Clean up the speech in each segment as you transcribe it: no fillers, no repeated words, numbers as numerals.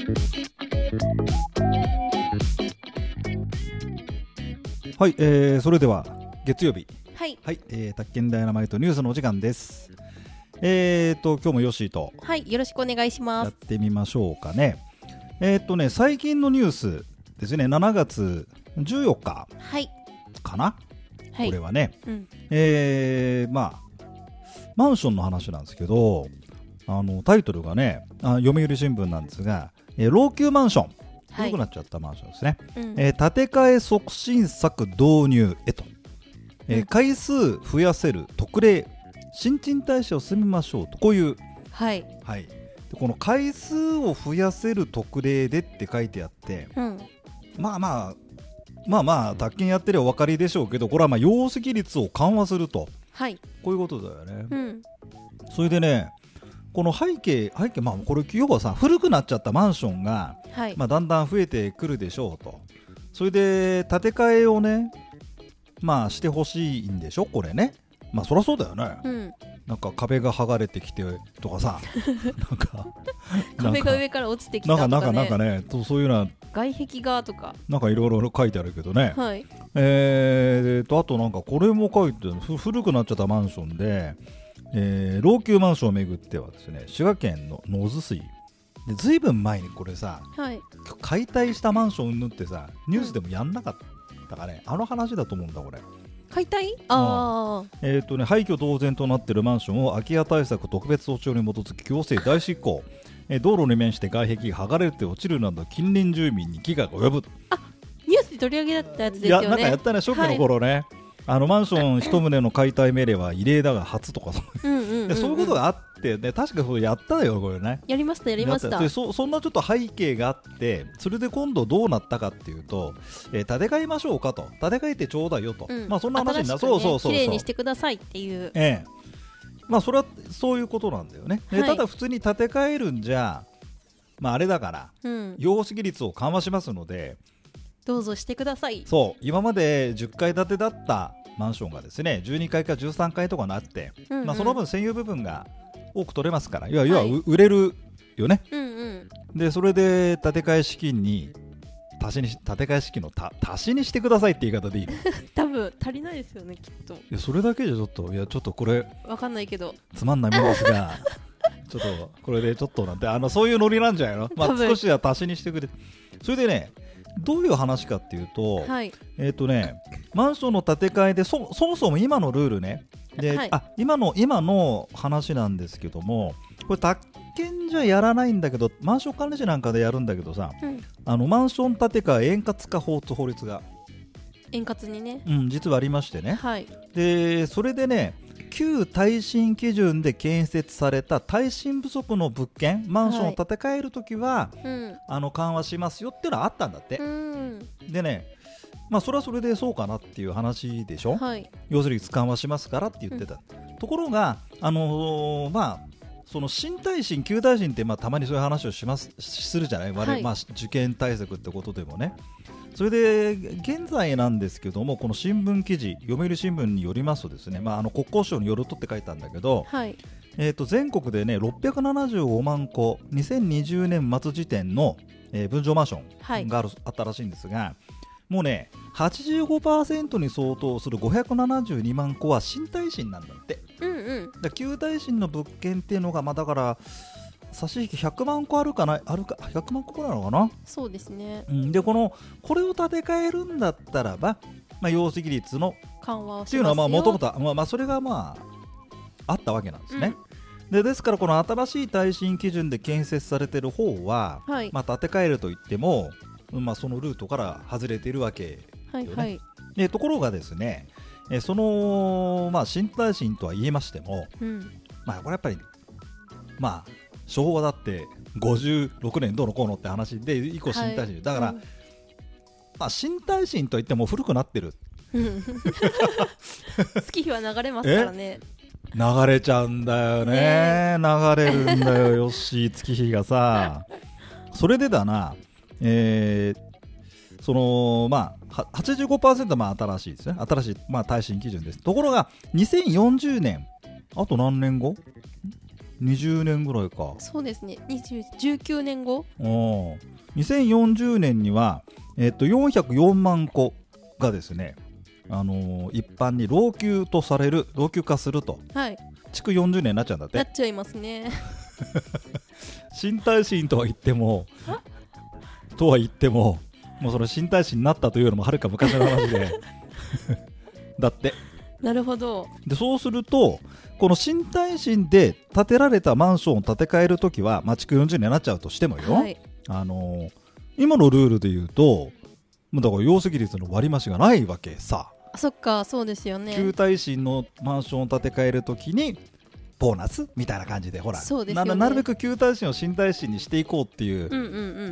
はい、それでは月曜日、 はい、 はい、宅建ダイナマイトニュースのお時間です。今日もヨッシーとはいよろしくお願いします。 やってみましょうかね。最近のニュースですね。7月14日かな、 はい、 これはね、 うん、 マンションの話なんですけど、タイトルがね、読売新聞なんですが、老朽マンション、古くなっちゃったマンションですね、 うん、 建て替え促進策導入へと、回数増やせる特例、新陳代謝を進めましょうと、こういう、 はいはい、でこの回数を増やせる特例でって書いてあって、 うん、 まあ宅建やってりゃお分かりでしょうけど、これは容積率を緩和すると、 はい、 こういうことだよね、 うん、 それでね、この背景、これ要はさ、古くなっちゃったマンションが、 はい、 だんだん増えてくるでしょうと。それで建て替えをね、してほしいんでしょこれね。そりゃそうだよね、 うん、 なんか壁が剥がれてきてとかさなんか壁が上から落ちてきたとかね、 なんかね、そういうのは外壁がとかなんかいろいろ書いてあるけどね、 はい、 あとなんかこれも書いてある。古くなっちゃったマンションで、老朽マンションをめぐってはですね、滋賀県の野津市でずいぶん前にこれさ、 はい、 解体したマンションうんぬってさ、ニュースでもやんなかったかね、あの話だと思うんだこれ。 解体？ 廃墟同然となっているマンションを空き家対策特別措置法に基づき強制代執行、道路に面して外壁が剥がれて落ちるなど近隣住民に危害が及ぶ。 ニュースで取り上げだったやつですよね。 なんかやったね、初期の頃ね、マンション一棟の解体命令は異例だが初とかそういうことがあってね、確かそれやったよこれね。 やりましたで、そんなちょっと背景があって、それで今度どうなったかっていうと、建て替えましょうかと、建て替えてちょうだいよと、そんな話になる。そう綺麗にしてくださいっていう、 それはそういうことなんだよね。で、ただ普通に建て替えるんじゃあれだから、容積率を緩和しますのでどうぞしてください。 そう今まで10階建てだったマンションがですね、12階か13階とかなって、その分占有部分が多く取れますから、要は売れるよね、でそれで建て替え資金に建て替え資金の足しにしてくださいって言い方でいいの多分足りないですよねきっと。 いやそれだけじゃちょっとこれわかんないけどつまんないものですがちょっとこれでちょっとなんてそういうノリなんじゃないの、少しは足しにしてくれ。それでね、どういう話かっていうと、マンションの建て替えでそもそも今のルールねで、今の話なんですけども、これ宅建じゃやらないんだけど、マンション管理士なんかでやるんだけどさ、マンション建て替え円滑化法って法律が円滑にね、 実はありましてね、でそれでね、旧耐震基準で建設された耐震不足の物件、マンションを建て替えるときは、緩和しますよっていうのはあったんだって、でね、それはそれでそうかなっていう話でしょ、要するに緩和しますからって言ってた、ところが、その新耐震旧耐震ってたまにそういう話をするじゃない、受験対策ってことでもね。それで現在なんですけども、この新聞記事、読売新聞によりますとですね、国交省によるとって書いたんだけど、全国でね675万戸、2020年末時点の、分譲マンションがあったらしいんですが、もうね 85% に相当する572万戸は新耐震なんだって、だ旧耐震の物件っていうのが、だから差し引き100万戸あるか100万戸くらいなのかな。そうですね、でこれを建て替えるんだったらば、容積率の緩和をしますよっていうのはもともとそれがあったわけなんですね、ですからこの新しい耐震基準で建設されている方は、建て替えるといっても、そのルートから外れているわけよね、でところがですね、その、新耐震とは言いましても、これやっぱり昭和だって56年どうのこうのって話で以降新耐震、だから、新耐震といっても古くなってる月日は流れますからね。 流れちゃうんだよね、流れるんだよよっしー、月日がさそれでだな、その85% は新しいですね、新しい、耐震基準です。ところが2040年、あと何年後 20年ぐらいか。 そうですね、19年後。 2040年には、404万戸がですね、一般に老朽化すると、 はい、 築40年になっちゃうんだって。 なっちゃいますね。 新耐震とは言ってももうその新耐震になったというのもはるか昔の話でだって。 なるほど。 でそうするとこの新耐震で建てられたマンションを建て替えるときは、築40年になっちゃうとしてもよ、はい、今のルールでいうとだから容積率の割増がないわけさ。 そっか、そうですよね。 旧耐震のマンションを建て替えるときにボーナスみたいな感じで、ほら、 そうですよね、 なるべく旧耐震を新耐震にしていこうっていう、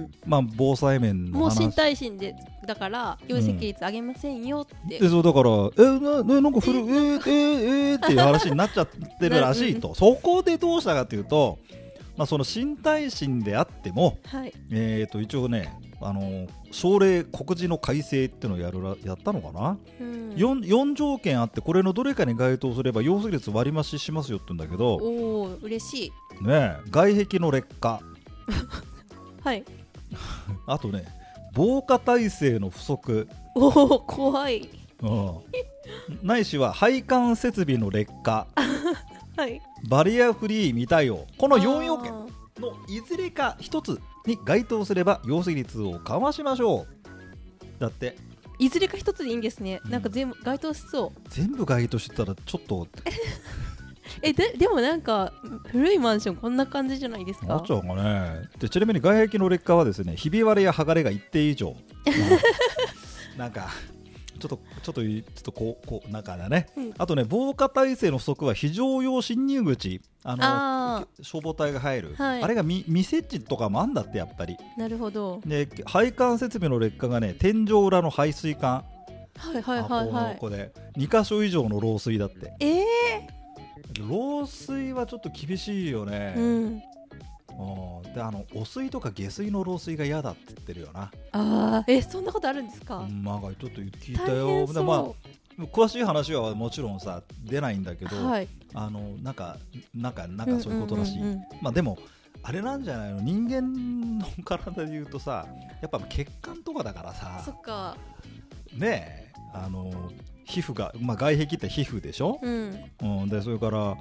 防災面の話。 もう新耐震でだから容積率上げませんよって、 でそうだからなんか古っていう話になっちゃってるらしいと。そこでどうしたかというと、その新耐震であっても、 はい、 一応ね省令告示の改正っていうのをやったのかな、4条件あって、これのどれかに該当すれば容積率割増しますよって言うんだけど、 おー嬉しいね。外壁の劣化はいあとね防火耐性の不足、 おー怖いないしは配管設備の劣化はい、 バリアフリー未対応、この4要件のいずれか一つに該当すれば容積率を緩和しましょうだって。 いずれか一つでいいんですね。なんか全部該当しそう。 全部該当してたらちょっとでもなんか古いマンションこんな感じじゃないですか。 あっちゃうかね。でちなみに外壁の劣化はですね、ひび割れや剥がれが一定以上なんかちょっとこうなんかね、あとね防火耐性の不足は非常用侵入口、消防隊が入る、はい、あれが未設置とかもあんだってやっぱり。 なるほど。 で配管設備の劣化がね、天井裏の排水管、 はいはいはいはい、 こで2箇所以上の漏水だって。漏水はちょっと厳しいよね、で汚水とか下水の漏水が嫌だって言ってるよな。 そんなことあるんですか。 ちょっと聞いたよ。で詳しい話はもちろんさ出ないんだけど、はい、なんかそういうことらしい。でもあれなんじゃないの、人間の体でいうとさ、やっぱ血管とかだからさ。 そっかねえ、皮膚が、外壁って皮膚でしょ、でそれから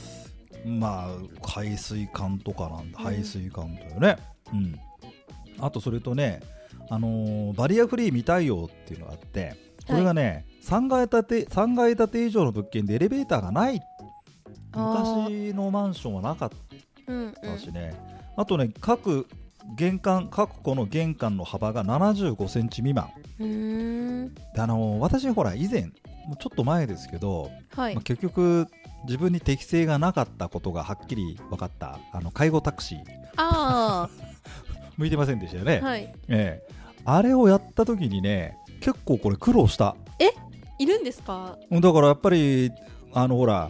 排水管とかなんだ、排水管だよね、あとそれとね、バリアフリー未対応っていうのがあって、これがね、3階建て以上の物件でエレベーターがない。昔のマンションはなかったしね、あとね、各戸の玄関の幅が75センチ未満で、私ほら以前ちょっと前ですけど、結局自分に適性がなかったことがはっきり分かった介護タクシー向いてませんでしたよね、はい、あれをやった時にね、結構これ苦労した。 いるんですか。 だからやっぱりほら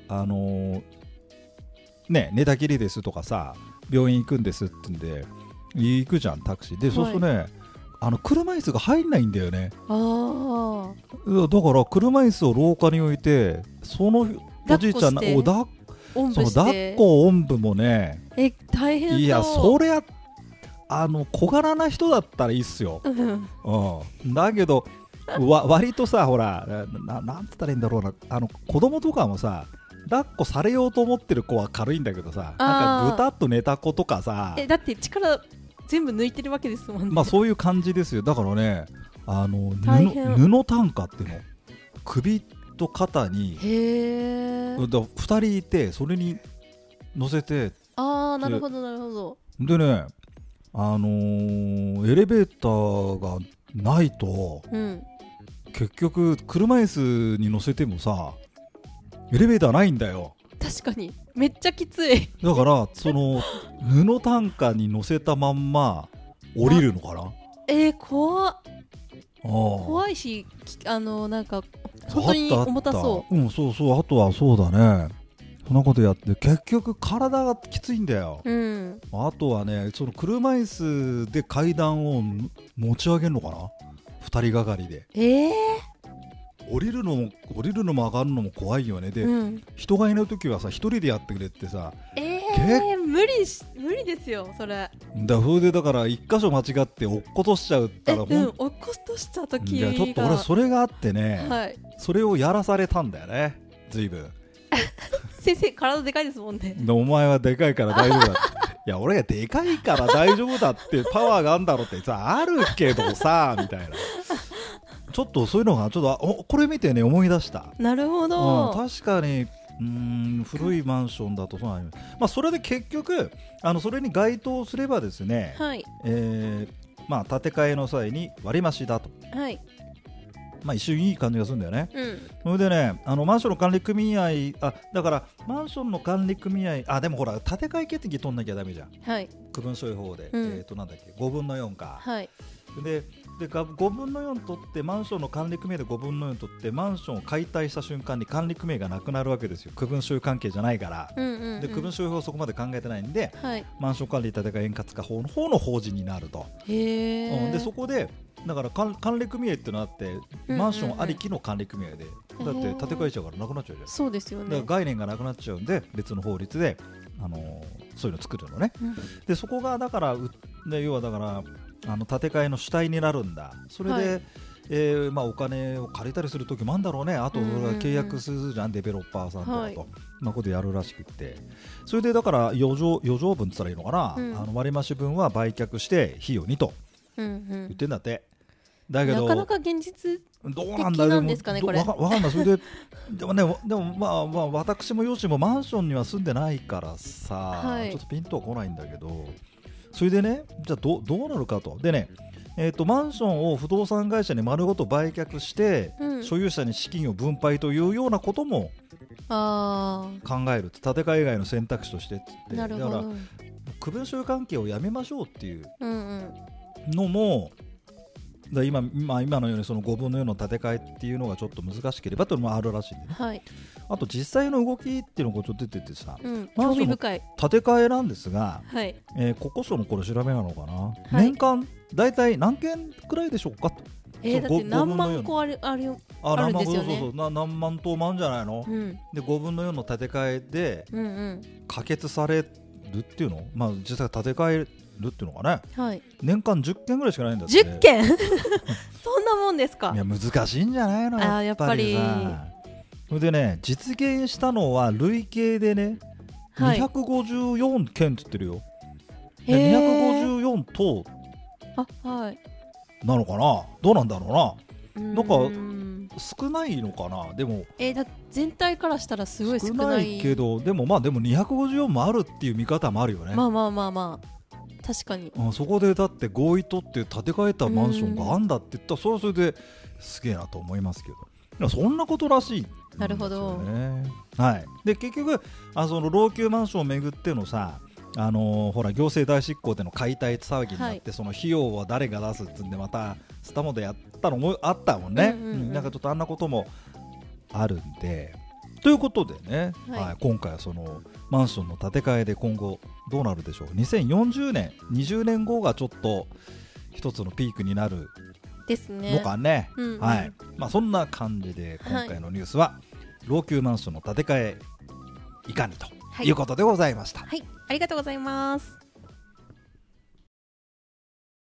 寝たきりですとかさ、病院行くんですってんで行くじゃんタクシーで、そうするとね、車椅子が入んないんだよね。だから車椅子を廊下に置いて、そのおじいちゃんを抱っこおんぶもね、 大変そう。 いやそりゃ小柄な人だったらいいっすよ、だけど割とさ、ほらなんつったらいいんだろうな、子供とかもさ抱っこされようと思ってる子は軽いんだけどさ、なんかぐたっと寝た子とかさ、 だって力全部抜いてるわけですもんね。 そういう感じですよ。だからね、布担架っていうの、首と肩に2人いて、それに乗せて、 なるほどなるほど。 でね、エレベーターがないと、結局車椅子に乗せてもさエレベーターないんだよ。 確かにめっちゃきつい。 だからその布担架に乗せたまんま降りるのかな。 怖いし、なんか本当に重たそう。 そうそう。あとはそうだね、そんなことやって結局体がきついんだよ、あとはね、その車椅子で階段を持ち上げるのかな、2人がかりで。降りるのも上がるのも怖いよね。で、人がいない時はさ、1人でやってくれってさ、 無理ですよそれ。 それでだから一箇所間違って落っことしちゃうったら落っことしちゃった時がちょっと俺それがあってね、 はい、 それをやらされたんだよね。随分先生体でかいですもんね。 お前はでかいから大丈夫だいや俺がでかいから大丈夫だってパワーがあるんだろうってさあるけどさみたいなちょっとそういうのがちょっとこれ見てね思い出した。 なるほど、 確かに古いマンションだとそうなんです、まあ、それで結局それに該当すればですね、 はい、 まあ、建て替えの際に割増だと、 はい、 まあ、一瞬いい感じがするんだよね、 うん、 それでねマンションの管理組合だからマンションの管理組合でもほら建て替え決議取んなきゃダメじゃん、 はい、 区分所有法で、なんだっけ5分の4か、 はい、 で5分の4取ってマンションの管理組合で5分の4取ってマンションを解体した瞬間に管理組合がなくなるわけですよ。区分所有関係じゃないから、で区分所有法をそこまで考えてないんで、はい、マンション管理建て替え円滑化法の方の法人になると。でそこでだから管理組合ってのあって、マンションありきの管理組合で、だって建て替えちゃうからなくなっちゃうじゃん。 そうですよね。 だから概念がなくなっちゃうんで別の法律で、そういうの作るのね、でそこがだから要はだから建て替えの主体になるんだ。それで、まあ、お金を借りたりする時もあるんだろうね。あと契約するじゃん、デベロッパーさんとかと、まあ、ことやるらしくって、それでだから余剰分って言ったらいいのかな、割増分は売却して費用にと言ってんだって、だけどなかなか現実どうなんだろうですかねこれ。 わかんない。それででもまあ私もよしもマンションには住んでないからさ、ちょっとピンとは来ないんだけど、それでね、じゃあどうなるかと。でね、マンションを不動産会社に丸ごと売却して、所有者に資金を分配というようなことも考える、建て替え以外の選択肢としてって言って、だから区分所有関係をやめましょうっていうのも、今のようにその5分の4の建て替えっていうのがちょっと難しければというのもあるらしいんでね、はい、あと実際の動きっていうのがちょっと出ててさ、マンションの建て替えなんですが、はい、国交省のこれ調べなのかな、はい、年間大体何件くらいでしょうかと。 だって何万個あるんですよね。 そう何万棟もあるんじゃないの、で5分の4の建て替えで可決されるっていうの、まあ、実際建て替えるっていうのがね、はい、年間10件ぐらいしかないんだって。 10件そんなもんですか。 いや難しいんじゃないのやっぱりさ。それでね、実現したのは累計でね、はい、254件って言ってるよ。254棟はいなのかな、どうなんだろうな。なんか少ないのかな。でも全体からしたらすごい少ないけど、でも254もあるっていう見方もあるよね。 まあ確かに、 そこでだって合意取って建て替えたマンションがあんだって言ったら、それはそれですげえなと思いますけど、そんなことらしいんですよね。 なるほど、 はい、で結局その老朽マンションをめぐってのさ、ほら行政代執行での解体騒ぎになって、はい、その費用は誰が出すっつんでまたスタモでやったのもあったもんね、なんかちょっとあんなこともあるんで、ということでね、はい、今回はそのマンションの建て替えで今後どうなるでしょう。2040年20年後がちょっと一つのピークになるですねのかね、はい、まあ、そんな感じで今回のニュースは、老朽マンションの建て替えいかにということでございました。 はい、ありがとうございます。